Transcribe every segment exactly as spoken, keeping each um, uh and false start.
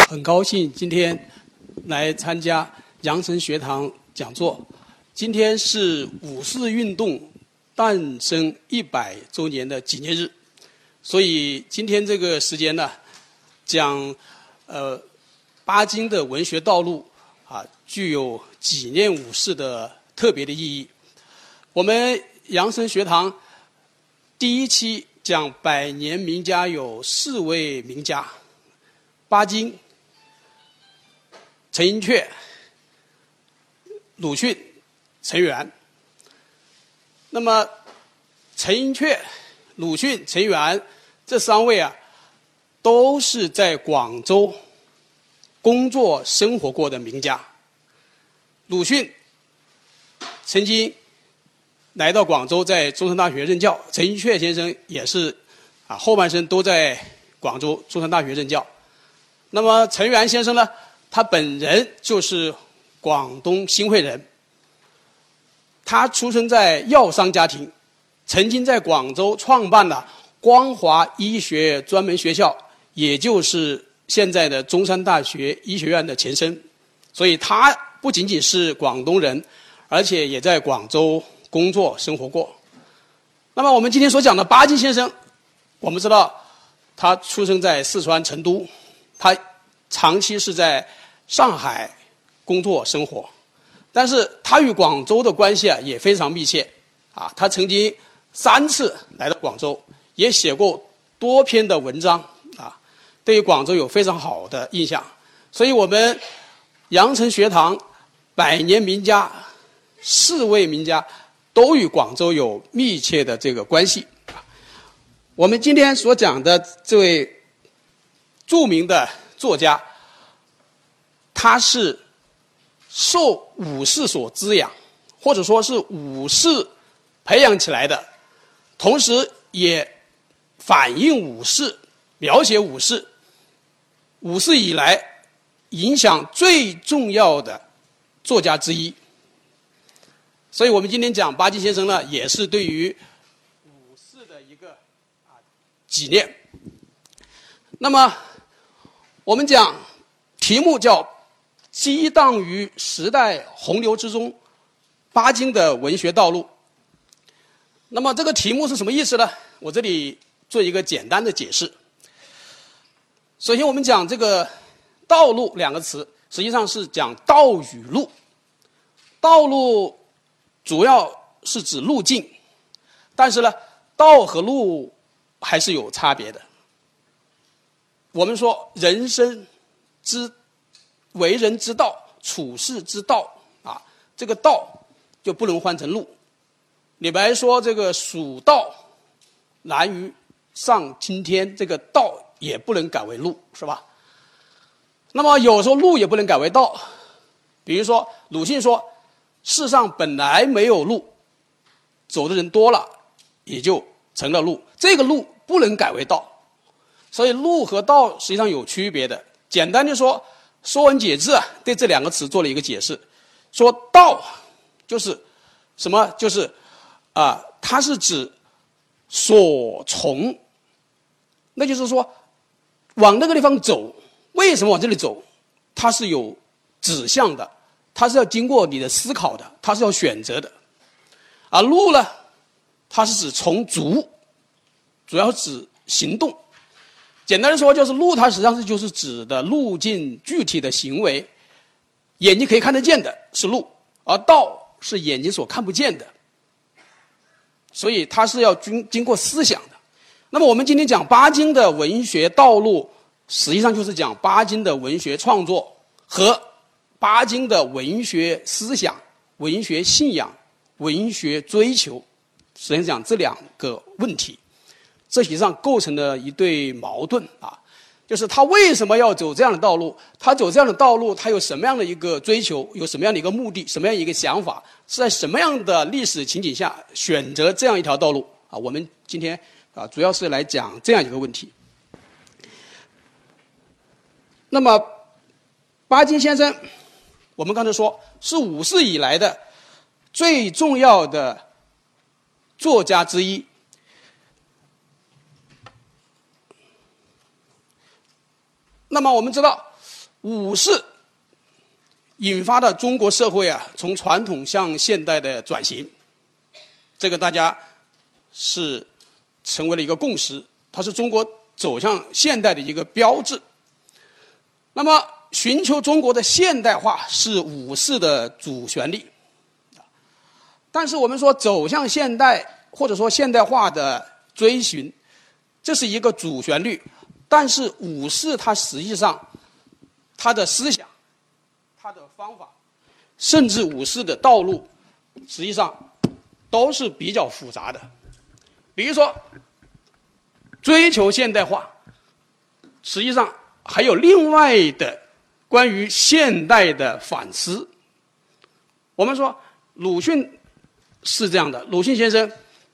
很高兴今天来参加羊城学堂讲座。今天是五四运动诞生一百周年的纪念日，所以今天这个时间呢，讲呃巴金的文学道路啊，具有纪念五四的特别的意义。我们羊城学堂第一期讲百年名家有四位名家：巴金、陈寅恪、鲁迅、陈元。那么陈寅恪、鲁迅、陈元这三位啊，都是在广州工作生活过的名家。鲁迅曾经来到广州，在中山大学任教。陈寅恪先生也是啊，后半生都在广州中山大学任教。那么陈元先生呢，他本人就是广东新会人，他出生在药商家庭，曾经在广州创办了光华医学专门学校，也就是现在的中山大学医学院的前身。所以他不仅仅是广东人，而且也在广州工作生活过。那么我们今天所讲的巴金先生，我们知道他出生在四川成都，他长期是在上海工作生活，但是他与广州的关系啊也非常密切啊。他曾经三次来到广州，也写过多篇的文章啊，对于广州有非常好的印象。所以我们羊城学堂百年名家四位名家都与广州有密切的这个关系。我们今天所讲的这位著名的作家，他是受五四所滋养，或者说是五四培养起来的，同时也反映五四、描写五四，五四以来影响最重要的作家之一。所以我们今天讲巴金先生呢，也是对于五四的一个啊纪念。那么我们讲题目叫激荡于时代洪流之中，巴金的文学道路。那么这个题目是什么意思呢？我这里做一个简单的解释。首先我们讲这个道路两个词，实际上是讲道与路。道路主要是指路径，但是呢，道和路还是有差别的。我们说人生之为人之道，处世之道啊，这个道就不能换成路。李白说这个蜀道难于上青天，这个道也不能改为路，是吧？那么有时候路也不能改为道。比如说鲁迅说世上本来没有路，走的人多了也就成了路，这个路不能改为道。所以路和道实际上有区别的。简单的说，说文解字啊，对这两个词做了一个解释，说道就是什么？就是啊、呃，它是指所从，那就是说往那个地方走，为什么往这里走？它是有指向的，它是要经过你的思考的，它是要选择的。而路呢，它是指从足，主要指行动。简单的说，就是路它实际上是就是指的路径具体的行为，眼睛可以看得见的是路，而道是眼睛所看不见的，所以它是要经经过思想的。那么我们今天讲巴金的文学道路，实际上就是讲巴金的文学创作和巴金的文学思想、文学信仰、文学追求，实际上讲这两个问题。这实际上构成了一对矛盾啊，就是他为什么要走这样的道路？他走这样的道路，他有什么样的一个追求？有什么样的一个目的？什么样一个想法？是在什么样的历史情景下选择这样一条道路啊？我们今天啊，主要是来讲这样一个问题。那么，巴金先生，我们刚才说是五四以来的最重要的作家之一。那么我们知道， 五四引发的中国社会啊，从传统向现代的转型，这个大家是成为了一个共识，它是中国走向现代的一个标志。那么，寻求中国的现代化是五四的主旋律，但是我们说走向现代或者说现代化的追寻，这是一个主旋律，但是五四它实际上它的思想、它的方法，甚至五四的道路，实际上都是比较复杂的。比如说，追求现代化，实际上还有另外的关于现代的反思。我们说鲁迅是这样的，鲁迅先生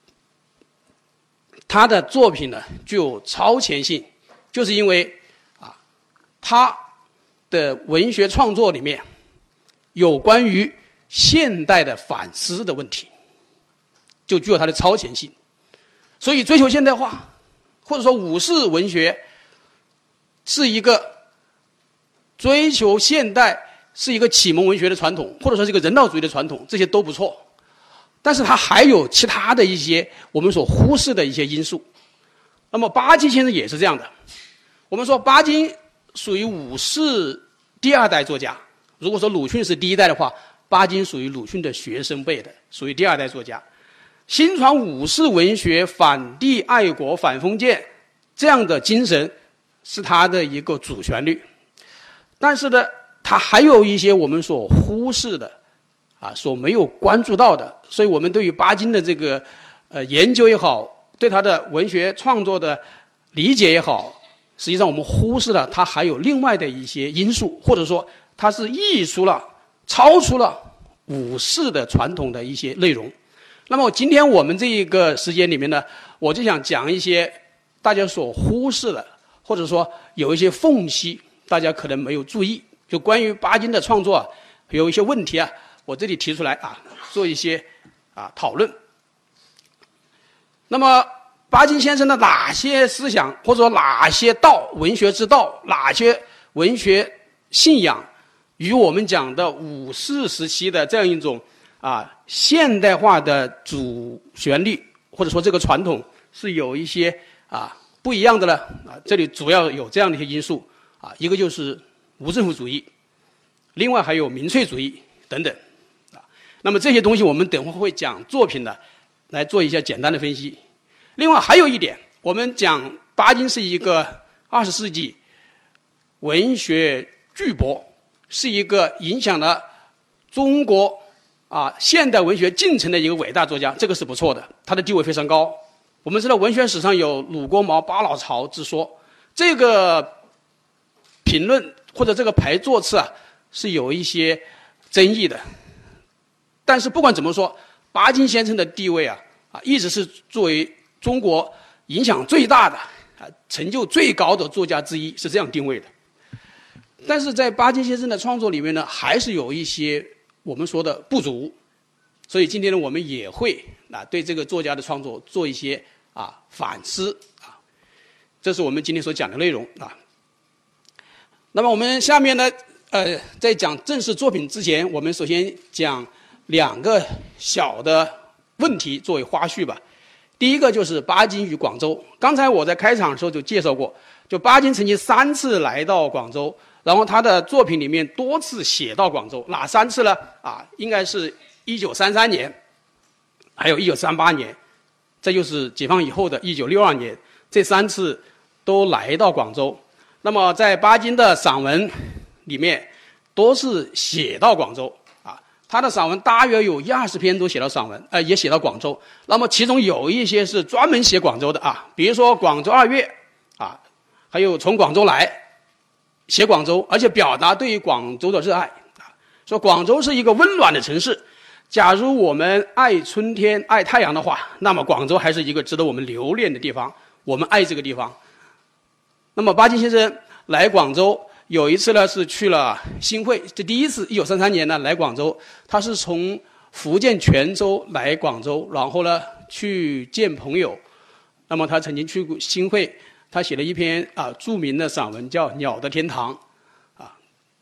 他的作品呢具有超前性，就是因为啊他的文学创作里面有关于现代的反思的问题，就具有它的超前性。所以追求现代化，或者说五四文学是一个追求现代，是一个启蒙文学的传统，或者说是一个人道主义的传统，这些都不错。但是它还有其他的一些我们所忽视的一些因素。那么巴金先生也是这样的。我们说巴金属于五四第二代作家，如果说鲁迅是第一代的话，巴金属于鲁迅的学生辈的，属于第二代作家。新传五四文学反帝爱国反封建这样的精神是他的一个主旋律，但是呢他还有一些我们所忽视的啊，所没有关注到的，所以我们对于巴金的这个呃研究也好，对他的文学创作的理解也好，实际上我们忽视了他还有另外的一些因素，或者说他是溢出了超出了五四的传统的一些内容。那么今天我们这一个时间里面呢，我就想讲一些大家所忽视的，或者说有一些缝隙大家可能没有注意，就关于巴金的创作啊，有一些问题啊，我这里提出来啊，做一些啊讨论。那么巴金先生的哪些思想，或者说哪些道，文学之道，哪些文学信仰，与我们讲的五四时期的这样一种啊现代化的主旋律，或者说这个传统是有一些啊不一样的呢？啊，这里主要有这样的一些因素啊，一个就是无政府主义，另外还有民粹主义等等啊。那么这些东西我们等会会讲作品的来做一下简单的分析。另外还有一点，我们讲巴金是一个二十世纪文学巨擘，是一个影响了中国啊现代文学进程的一个伟大作家，这个是不错的，他的地位非常高。我们知道文学史上有鲁郭毛八老巢之说，这个评论或者这个排座次啊是有一些争议的。但是不管怎么说，巴金先生的地位啊啊一直是作为中国影响最大的啊成就最高的作家之一，是这样定位的。但是在巴金先生的创作里面呢，还是有一些我们说的不足，所以今天呢，我们也会啊对这个作家的创作做一些啊反思啊，这是我们今天所讲的内容啊。那么我们下面呢，呃，在讲正式作品之前，我们首先讲两个小的问题作为花絮吧。第一个就是巴金与广州。刚才我在开场的时候就介绍过，就巴金曾经三次来到广州，然后他的作品里面多次写到广州。哪三次呢？啊，应该是一九三三年，还有一九三八年，这就是解放以后的一九六二年，这三次都来到广州。那么在巴金的散文里面，多次写到广州。他的散文大约有一二十篇都写到散文，呃，也写到广州。那么其中有一些是专门写广州的啊，比如说《广州二月》啊，还有《从广州来》，写广州，而且表达对于广州的热爱啊，说广州是一个温暖的城市。假如我们爱春天、爱太阳的话，那么广州还是一个值得我们留恋的地方。我们爱这个地方。那么巴金先生来广州。有一次呢，是去了新会，这第一次，一九三三年呢来广州，他是从福建泉州来广州，然后呢去见朋友。那么他曾经去过新会，他写了一篇啊著名的散文叫《鸟的天堂》，啊，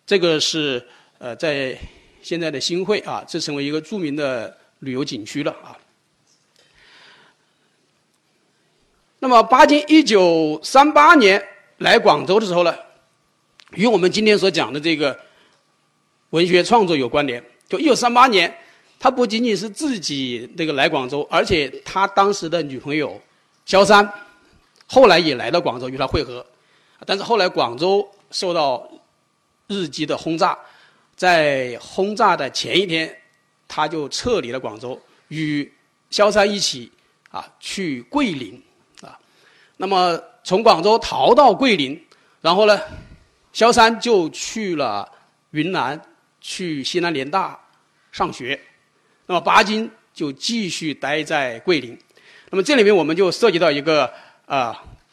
这个是呃在现在的新会啊，这成为一个著名的旅游景区了啊。那么巴金一九三八年来广州的时候呢，与我们今天所讲的这个文学创作有关联。就一九三八年，他不仅仅是自己这个来广州，而且他当时的女朋友萧山后来也来到广州与他会合。但是后来广州受到日机的轰炸，在轰炸的前一天，他就撤离了广州，与萧山一起啊去桂林啊。那么从广州逃到桂林，然后呢，萧山就去了云南，去西南联大上学。那么巴金就继续待在桂林。那么这里面我们就涉及到一个啊。呃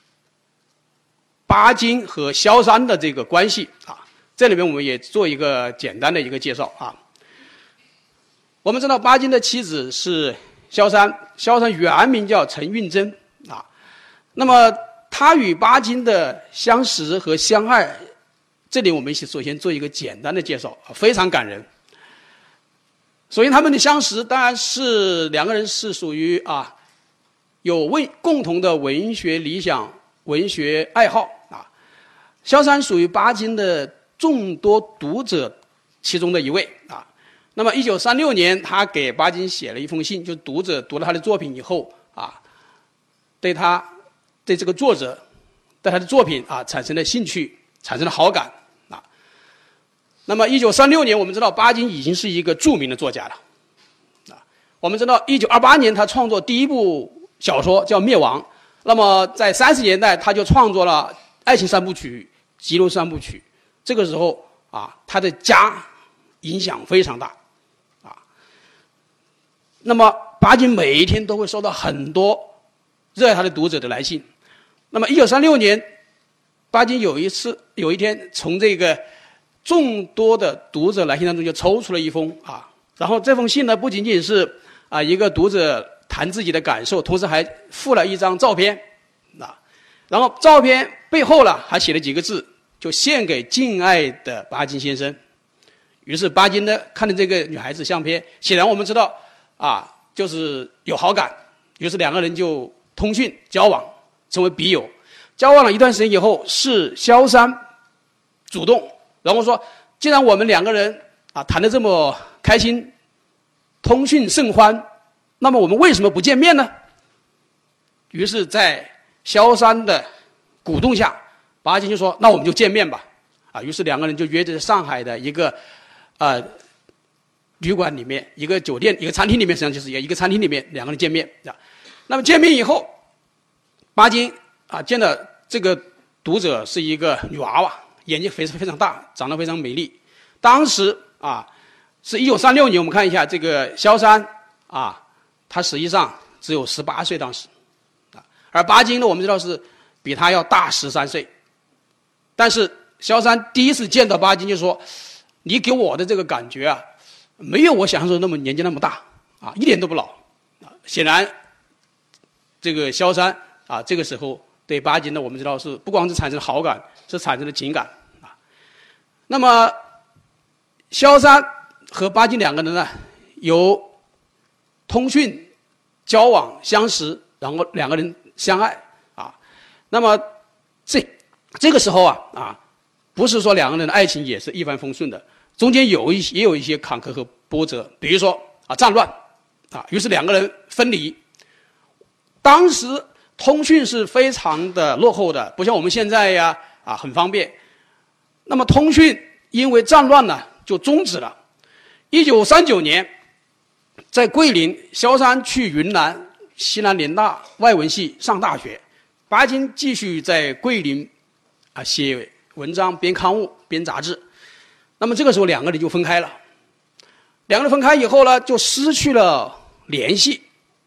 巴金和萧山的这个关系啊，这里面我们也做一个简单的一个介绍啊。我们知道巴金的妻子是萧山，萧山原名叫陈运珍啊。那么他与巴金的相识和相爱，这里我们首先做一个简单的介绍啊，非常感人。首先他们的相识当然是两个人是属于啊有文共同的文学理想、文学爱好。萧山属于巴金的众多读者其中的一位啊。那么，一九三六年，他给巴金写了一封信，就是读者读了他的作品以后啊，对他对这个作者对他的作品啊产生了兴趣，产生了好感啊。那么，一九三六年，我们知道巴金已经是一个著名的作家了啊。我们知道，一九二八年他创作第一部小说叫《灭亡》，那么在三十年代他就创作了爱情三部曲。吉鲁三部曲，这个时候啊，他的家影响非常大，啊，那么巴金每一天都会收到很多热爱他的读者的来信。那么，一九三六年，巴金有一次有一天从这个众多的读者来信当中就抽出了一封啊，然后这封信呢不仅仅是啊一个读者谈自己的感受，同时还附了一张照片啊。然后照片背后呢还写了几个字，就献给敬爱的巴金先生。于是巴金呢看着这个女孩子相片，显然我们知道啊就是有好感，于是两个人就通讯交往，成为笔友。交往了一段时间以后，是萧山主动，然后说既然我们两个人啊谈得这么开心，通讯甚欢，那么我们为什么不见面呢？于是在萧山的鼓动下，巴金就说：“那我们就见面吧。”啊，于是两个人就约在上海的一个呃旅馆里面，一个酒店，一个餐厅里面，实际上就是一个餐厅里面，两个人见面啊。那么见面以后，巴金啊见到这个读者是一个女娃娃，眼睛非常非常大，长得非常美丽。当时啊是一九三六年，我们看一下这个萧山啊，他实际上只有十八岁当时。而巴金呢，我们知道是比他要大十三岁，但是萧山第一次见到巴金就说：“你给我的这个感觉啊，没有我想象中那么年纪那么大啊，一点都不老。”啊，显然，这个萧山啊，这个时候对巴金呢，我们知道是不光是产生好感，是产生了情感啊。那么，萧山和巴金两个人呢，由通讯、交往、相识，然后两个人相爱啊。那么这这个时候啊啊，不是说两个人的爱情也是一帆风顺的，中间有一也有一些坎坷和波折，比如说啊战乱啊，于是两个人分离。当时通讯是非常的落后的，不像我们现在呀啊很方便。那么通讯因为战乱呢就终止了。一九三九年，在桂林，萧山去云南西南联大外文系上大学，巴金继续在桂林啊写文章、编刊物、编杂志。那么这个时候两个人就分开了。两个人分开以后呢，就失去了联系，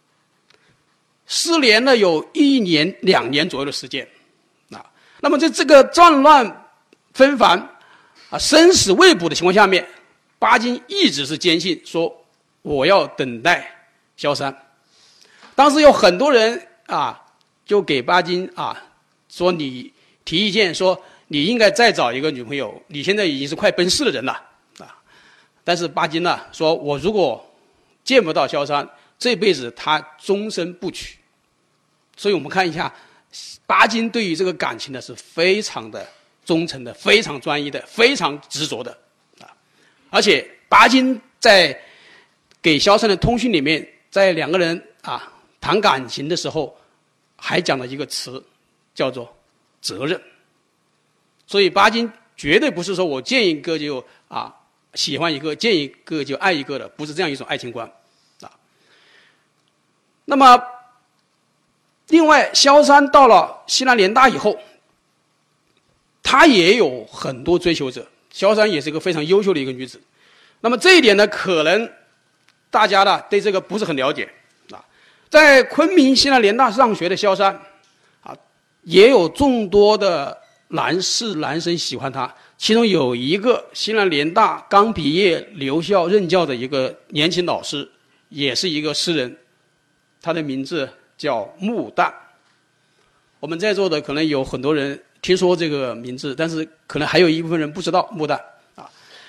失联了有一年、两年左右的时间啊。那么在这个战乱纷繁啊、生死未卜的情况下面，巴金一直是坚信说我要等待萧山。当时有很多人啊，就给巴金啊说你提意见，说你应该再找一个女朋友，你现在已经是快奔四的人了啊。但是巴金呢说，我如果见不到萧山，这辈子他终身不娶。所以我们看一下，巴金对于这个感情呢是非常的忠诚的，非常专一的，非常执着的啊。而且巴金在给萧山的通讯里面，在两个人啊谈感情的时候，还讲了一个词，叫做责任。所以巴金绝对不是说我见一个就啊喜欢一个，见一个就爱一个的，不是这样一种爱情观啊。那么，另外萧山到了西南联大以后，他也有很多追求者。萧山也是一个非常优秀的一个女子。那么这一点呢，可能大家呢对这个不是很了解啊。在昆明西南联大上学的萧山啊，也有众多的男士男生喜欢他，其中有一个西南联大刚毕业留校任教的一个年轻老师，也是一个诗人，他的名字叫穆旦。我们在座的可能有很多人听说这个名字，但是可能还有一部分人不知道穆旦啊。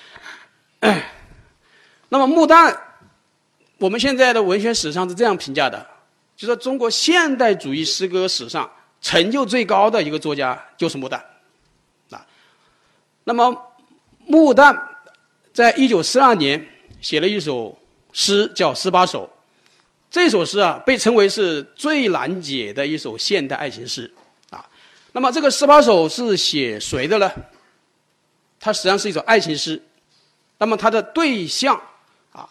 那么穆旦，我们现在的文学史上是这样评价的，就说中国现代主义诗歌史上成就最高的一个作家就是穆旦。啊，那么穆旦在一九四二年写了一首诗叫《十八首》，这首诗啊被称为是最难解的一首现代爱情诗啊。那么这个《十八首》是写谁的呢？它实际上是一首爱情诗。那么它的对象啊，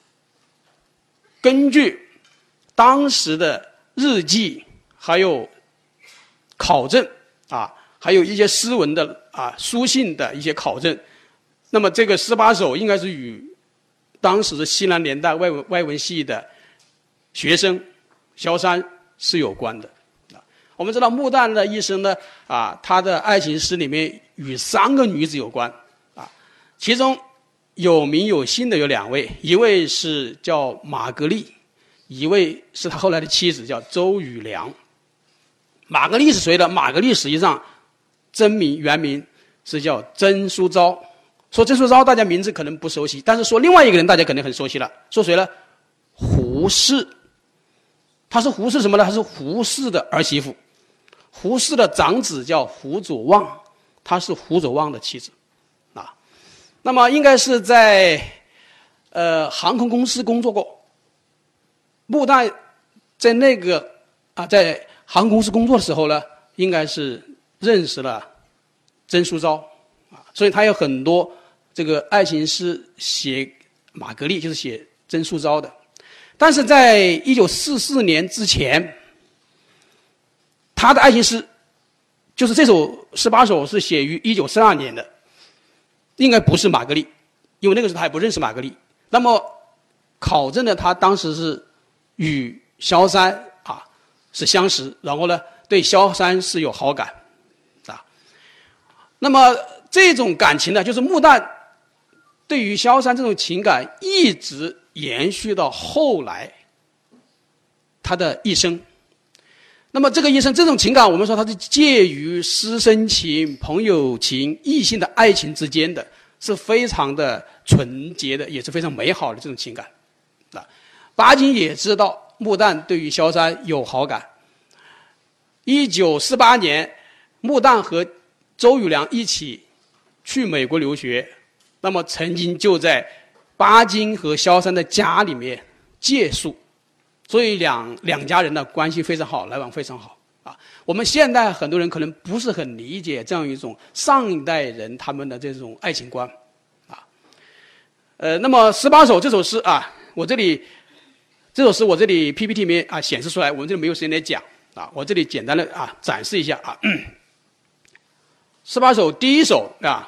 根据当时的日记还有考证啊，还有一些诗文的啊书信的一些考证，那么这个十八首应该是与当时的西南联大外文外文系的学生萧山是有关的啊。我们知道穆旦的一生呢啊，他的爱情诗里面与三个女子有关啊，其中有名有姓的有两位，一位是叫马格丽，一位是他后来的妻子叫周雨良。马格丽是谁呢？马格丽实际上真名原名是叫曾淑昭。说曾淑昭大家名字可能不熟悉，但是说另外一个人大家肯定很熟悉了。说谁呢？胡适。他是胡适什么呢？他是胡适的儿媳妇。胡适的长子叫胡佐望，他是胡佐望的妻子啊。那么应该是在呃航空公司工作过。穆旦在那个啊在航空公司工作的时候呢，应该是认识了曾淑昭啊，所以他有很多这个爱情诗写马格丽，就是写曾淑昭的。但是在一九四四年之前，他的爱情诗就是这首十八首是写于一九四二年的，应该不是马格丽，因为那个时候他还不认识马格丽。那么考证的他当时是与萧山啊是相识，然后呢对萧山是有好感啊。那么这种感情呢，就是穆旦对于萧山这种情感一直延续到后来他的一生。那么这个一生这种情感，我们说它是介于师生情、朋友情、异性的爱情之间的，是非常的纯洁的，也是非常美好的这种情感啊。巴金也知道穆旦对于萧山有好感。一九四八年，穆旦和周雨良一起去美国留学，那么曾经就在巴金和萧山的家里面借宿，所以两两家人的关系非常好，来往非常好啊。我们现代很多人可能不是很理解这样一种上一代人他们的这种爱情观啊。呃，那么十八首这首诗啊，我这里这首诗我这里 P P T 里面啊显示出来，我们这里没有时间来讲啊，我这里简单的啊展示一下啊。十八首第一首啊，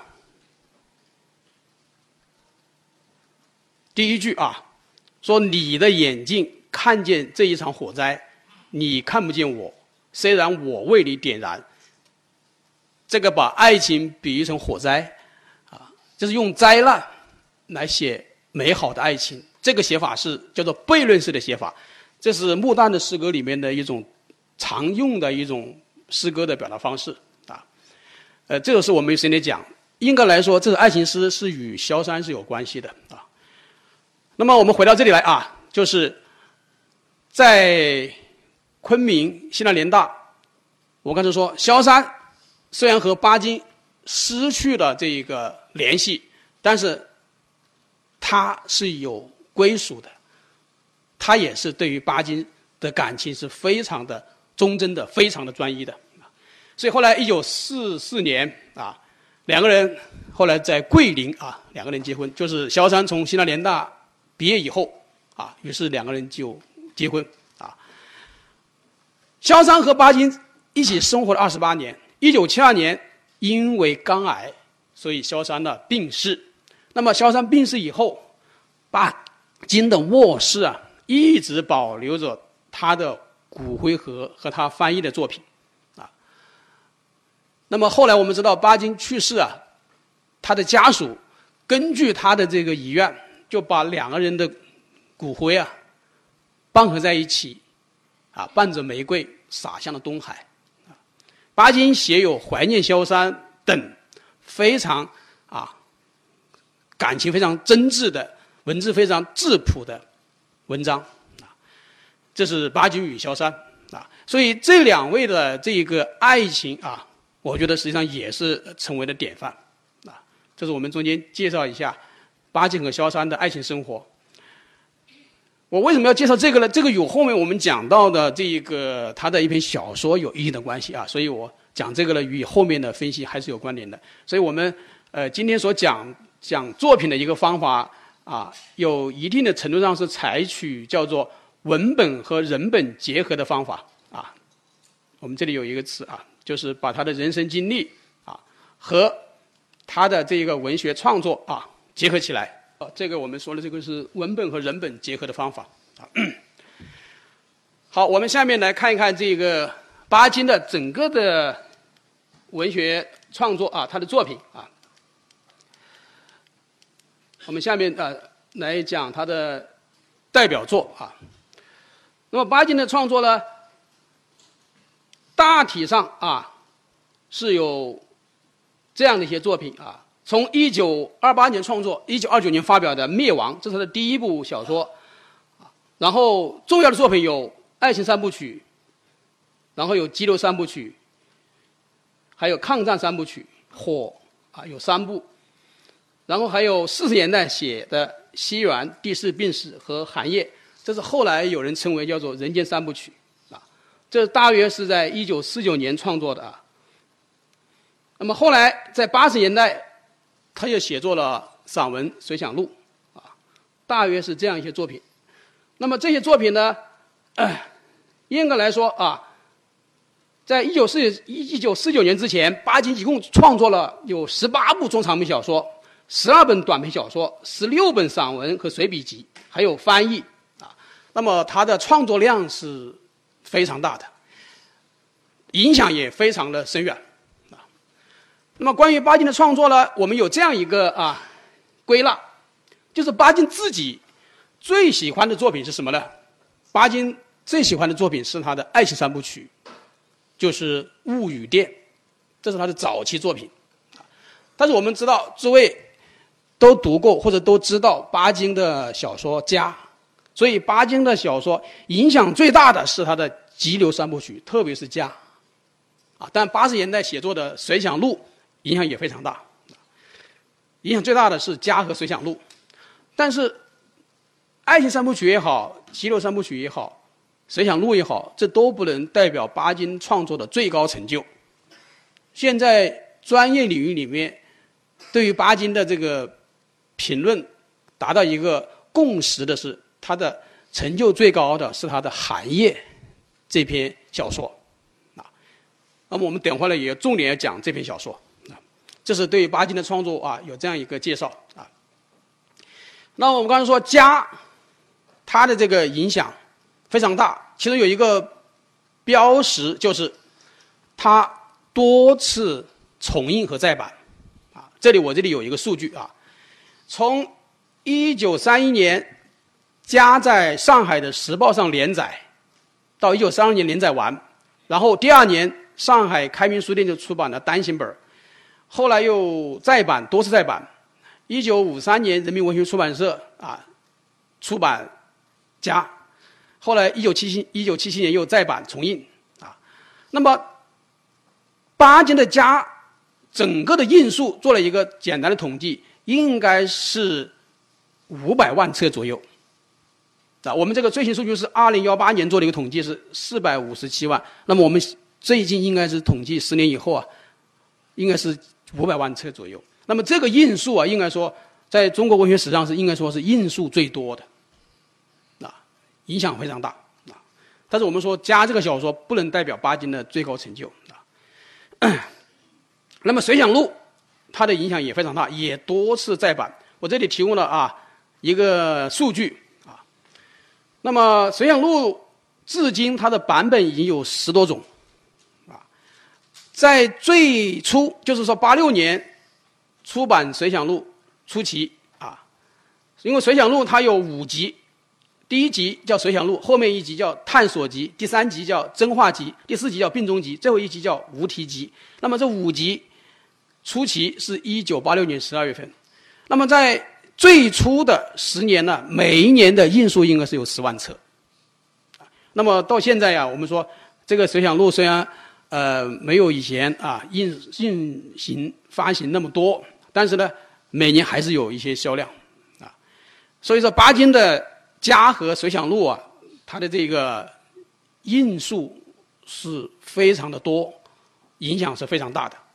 第一句啊，说你的眼睛看见这一场火灾，你看不见我，虽然我为你点燃。这个把爱情比喻成火灾啊，就是用灾难来写美好的爱情。这个写法是叫做悖论式的写法，这是穆旦的诗歌里面的一种常用的一种诗歌的表达方式啊。 呃，这个是我没有时间讲。应该来说，这个爱情诗是与萧山是有关系的啊。那么我们回到这里来啊，就是在昆明西南联大，我刚才说萧山虽然和巴金失去了这个联系，但是他是有归属的，他也是对于巴金的感情是非常的忠贞的，非常的专一的。所以后来一九四四年啊，两个人后来在桂林啊，两个人结婚，就是萧山从西南联大毕业以后啊，于是两个人就结婚啊。萧山和巴金一起生活了二十八年，一九七二年因为肝癌，所以萧山呢病逝。那么萧山病逝以后，巴金的卧室啊，一直保留着他的骨灰盒和他翻译的作品。那么后来我们知道巴金去世啊，他的家属根据他的这个遗愿，就把两个人的骨灰啊绑合在一起，啊，伴着玫瑰洒向了东海。巴金写有怀念萧山等非常啊感情非常真挚的文字，非常质朴的文章啊，这是巴金与萧山啊。所以这两位的这个爱情啊，我觉得实际上也是成为了典范，啊，这是我们中间介绍一下巴金和萧山的爱情生活。我为什么要介绍这个呢？这个与后面我们讲到的这一个他的一篇小说有一定的关系啊，所以我讲这个呢，与后面的分析还是有关联的。所以我们呃今天所讲讲作品的一个方法啊，有一定的程度上是采取叫做文本和人本结合的方法啊。我们这里有一个词啊，就是把他的人生经历啊和他的这个文学创作啊结合起来。啊，这个我们说的这个是文本和人本结合的方法啊。好，我们下面来看一看这个巴金的整个的文学创作啊，他的作品啊。我们下面啊来讲他的代表作啊。那么巴金的创作呢，大体上啊是有这样的一些作品啊。从一九二八年创作，一九二九年发表的《灭亡》，这是他的第一部小说。然后重要的作品有《爱情三部曲》，然后有《激流三部曲》，还有《抗战三部曲》《火》啊，有三部。然后还有四十年代写的《西园》《第四病史》和《寒夜》，这是后来有人称为叫做《人间三部曲》啊。这大约是在一九四九年创作的啊。那么后来在八十年代，他又写作了散文《随想录》啊，大约是这样一些作品。那么这些作品呢，呃、应该来说啊，在一九四一九四九年之前，巴金一共创作了有十八部中长篇小说，十二本短篇小说，十六本散文和随笔集，还有翻译啊。那么他的创作量是非常大的，影响也非常的深远。那么关于巴金的创作呢，我们有这样一个啊归纳，就是巴金自己最喜欢的作品是什么呢？巴金最喜欢的作品是他的爱情三部曲，就是《雾与电》，这是他的早期作品。但是我们知道，诸位都读过或者都知道巴金的小说家，所以巴金的小说影响最大的是他的《急流三部曲》，特别是家啊。但八十年代写作的《随想录》影响也非常大，影响最大的是《家》和《随想录》，但是《爱情三部曲》也好，《激流三部曲》也好，《随想录》也好，这都不能代表巴金创作的最高成就。现在专业领域里面，对于巴金的这个评论达到一个共识的是，他的成就最高的是他的《寒夜》这篇小说啊。那么我们等会儿呢也重点要讲这篇小说。这是对于巴金的创作啊有这样一个介绍啊。那我们刚才说家，它的这个影响非常大，其中有一个标识就是它多次重印和再版啊。这里我这里有一个数据啊，从一九三一年家在上海的《时报》上连载，到一九三二年连载完，然后第二年上海开明书店就出版了单行本。 后来又再版，多次再版。一九五三年，人民文学出版社啊出版《家》，后来一九七七一九七七年又再版重印啊。那么巴金的《家》整个的印数做了一个简单的统计，应该是五百万册左右。啊，我们这个最新数据是二零一八年做的一个统计，是四百五十七万。那么我们最近应该是统计十年以后啊，应该是五百万册左右。那么这个印数啊，应该说在中国文学史上是应该说是印数最多的，啊，影响非常大啊。但是我们说《家》这个小说不能代表巴金的最高成就啊。那么《随想录》它的影响也非常大，也多次再版。我这里提供了啊一个数据啊。那么《随想录》至今它的版本已经有十多种啊。在最初就是说八六年出版《随想录》初期啊，因为《随想录》它有五集，第一集叫《随想录》，后面一集叫《探索集》，第三集叫《真话集》，第四集叫《病中集》，最后一集叫《无题集》。那么这五集初期是一九八六年十二月份。那么在最初的十年呢，每一年的印数应该是有十万册。那么到现在呀、啊，我们说这个《随想录》虽然呃没有以前啊印印行发行那么多，但是呢，每年还是有一些销量啊。所以说，巴金的《家》和《随想录》啊，它的这个印数是非常的多，影响是非常大的。